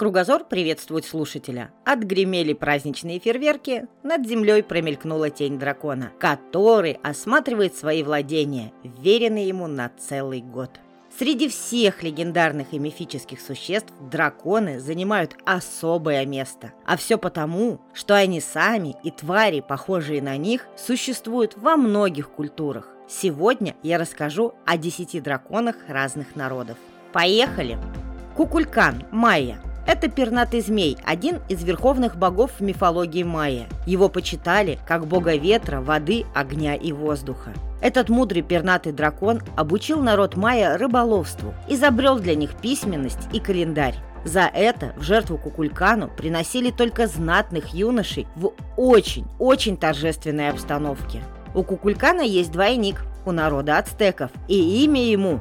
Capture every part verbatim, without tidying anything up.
Кругозор приветствует слушателя. Отгремели праздничные фейерверки, над землей промелькнула тень дракона, который осматривает свои владения, вверенные ему на целый год. Среди всех легендарных и мифических существ драконы занимают особое место. А все потому, что они сами и твари, похожие на них, существуют во многих культурах. Сегодня я расскажу о десяти драконах разных народов. Поехали! Кукулькан, майя. Это пернатый змей, один из верховных богов в мифологии майя. Его почитали как бога ветра, воды, огня и воздуха. Этот мудрый пернатый дракон обучил народ майя рыболовству, изобрел для них письменность и календарь. За это в жертву Кукулькану приносили только знатных юношей в очень-очень торжественной обстановке. У Кукулькана есть двойник у народа ацтеков, и имя ему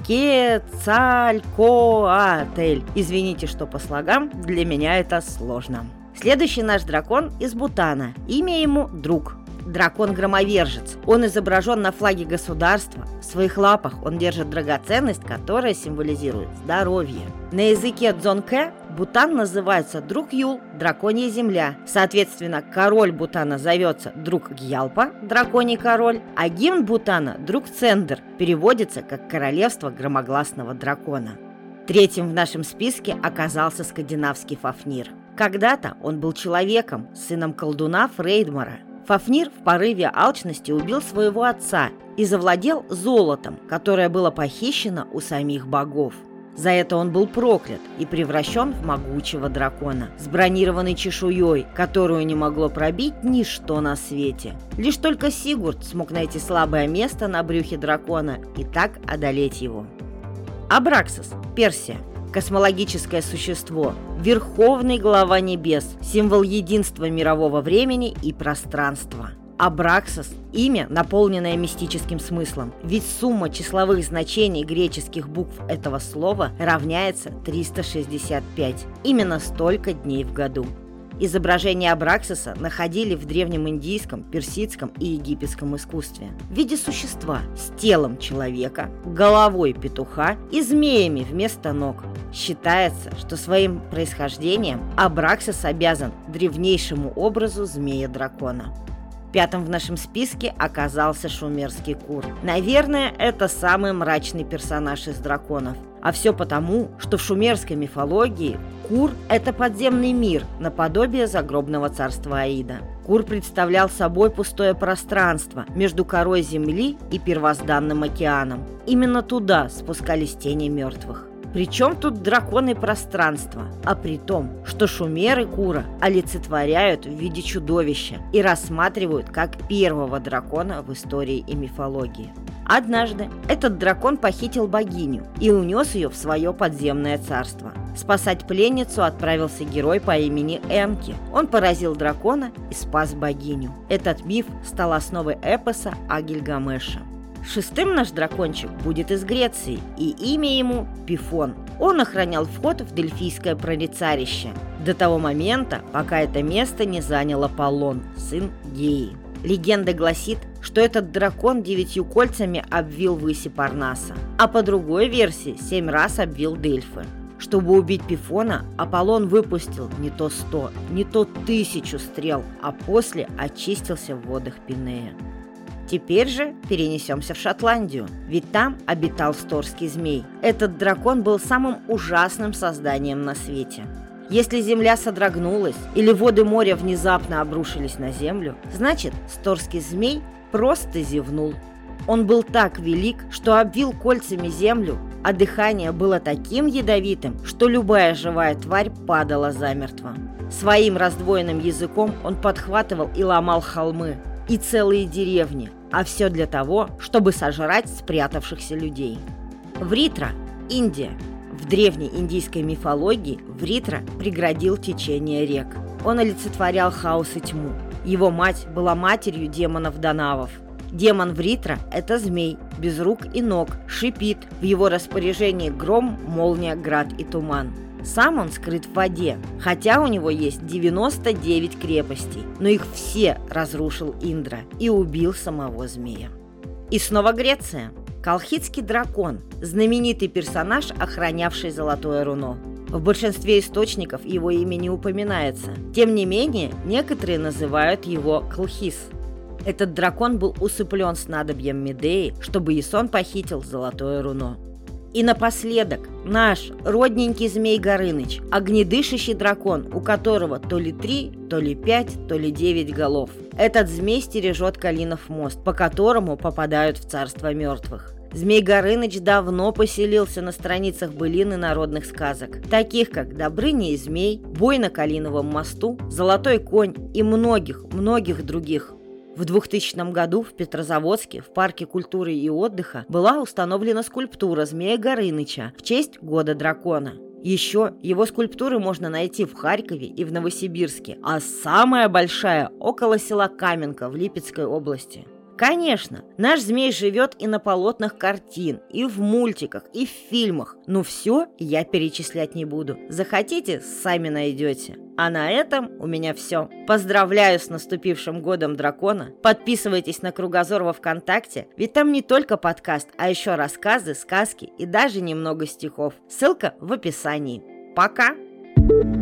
Кецалькоатль. Извините, что по слогам, для меня это сложно. Следующий наш дракон из Бутана. Имя ему Друг. Дракон-громовержец. Он изображен на флаге государства. В своих лапах он держит драгоценность, которая символизирует здоровье. На языке дзонке Бутан называется Друг Юл, драконья земля. Соответственно, король Бутана зовется Друг Гьялпа, драконий король, а гимн Бутана Друг Цендер переводится как королевство громогласного дракона. Третьим в нашем списке оказался скандинавский Фафнир. Когда-то он был человеком, сыном колдуна Фрейдмара. Фафнир в порыве алчности убил своего отца и завладел золотом, которое было похищено у самих богов. За это он был проклят и превращен в могучего дракона с бронированной чешуей, которую не могло пробить ничто на свете. Лишь только Сигурд смог найти слабое место на брюхе дракона и так одолеть его. Абраксас, Персия. Космологическое существо, верховный глава небес, символ единства мирового времени и пространства. Абраксас – имя, наполненное мистическим смыслом, ведь сумма числовых значений греческих букв этого слова равняется триста шестьдесят пять. Именно столько дней в году. Изображения Абраксаса находили в древнем индийском, персидском и египетском искусстве в виде существа с телом человека, головой петуха и змеями вместо ног. Считается, что своим происхождением Абраксас обязан древнейшему образу змея-дракона. Пятым в нашем списке оказался шумерский Кур. Наверное, это самый мрачный персонаж из драконов. А все потому, что в шумерской мифологии Кур – это подземный мир, наподобие загробного царства Аида. Кур представлял собой пустое пространство между корой земли и первозданным океаном. Именно туда спускались тени мертвых. Причем тут драконы пространства, а при том, что шумеры Кура олицетворяют в виде чудовища и рассматривают как первого дракона в истории и мифологии. Однажды этот дракон похитил богиню и унес ее в свое подземное царство. Спасать пленницу отправился герой по имени Энки. Он поразил дракона и спас богиню. Этот миф стал основой эпоса о Гильгамеше. Шестым наш дракончик будет из Греции, и имя ему Пифон. Он охранял вход в Дельфийское прорицарище до того момента, пока это место не занял Аполлон, сын Геи. Легенда гласит, что этот дракон девятью кольцами обвил выси Парнаса, а по другой версии семь раз обвил Дельфы. Чтобы убить Пифона, Аполлон выпустил не то сто, не то тысячу стрел, а после очистился в водах Пинея. Теперь же перенесемся в Шотландию, ведь там обитал сторский змей. Этот дракон был самым ужасным созданием на свете. Если земля содрогнулась или воды моря внезапно обрушились на землю, значит, сторский змей просто зевнул. Он был так велик, что обвил кольцами землю, а дыхание было таким ядовитым, что любая живая тварь падала замертво. Своим раздвоенным языком он подхватывал и ломал холмы и целые деревни, а все для того, чтобы сожрать спрятавшихся людей. Вритра, Индия. В древней индийской мифологии Вритра преградил течение рек. Он олицетворял хаос и тьму. Его мать была матерью демонов-данавов. Демон Вритра – это змей, без рук и ног, шипит. В его распоряжении гром, молния, град и туман. Сам он скрыт в воде, хотя у него есть девяносто девять крепостей, но их все разрушил Индра и убил самого змея. И снова Греция. Колхидский дракон – знаменитый персонаж, охранявший золотое руно. В большинстве источников его имя не упоминается. Тем не менее, некоторые называют его Клхис. Этот дракон был усыплен снадобьем Медеи, чтобы Ясон похитил золотое руно. И напоследок, наш родненький Змей Горыныч, огнедышащий дракон, у которого то ли три, то ли пять, то ли девять голов. Этот змей стережет Калинов мост, по которому попадают в царство мертвых. Змей Горыныч давно поселился на страницах былин и народных сказок, таких как «Добрыня и змей», «Бой на Калиновом мосту», «Золотой конь» и многих-многих других. В двухтысячном году в Петрозаводске в парке культуры и отдыха была установлена скульптура Змея Горыныча в честь Года дракона. Еще его скульптуры можно найти в Харькове и в Новосибирске, а самая большая около села Каменка в Липецкой области. Конечно, наш змей живет и на полотнах картин, и в мультиках, и в фильмах, но все я перечислять не буду. Захотите, сами найдете. А на этом у меня все. Поздравляю с наступившим годом дракона. Подписывайтесь на Кругозор во ВКонтакте, ведь там не только подкаст, а еще рассказы, сказки и даже немного стихов. Ссылка в описании. Пока!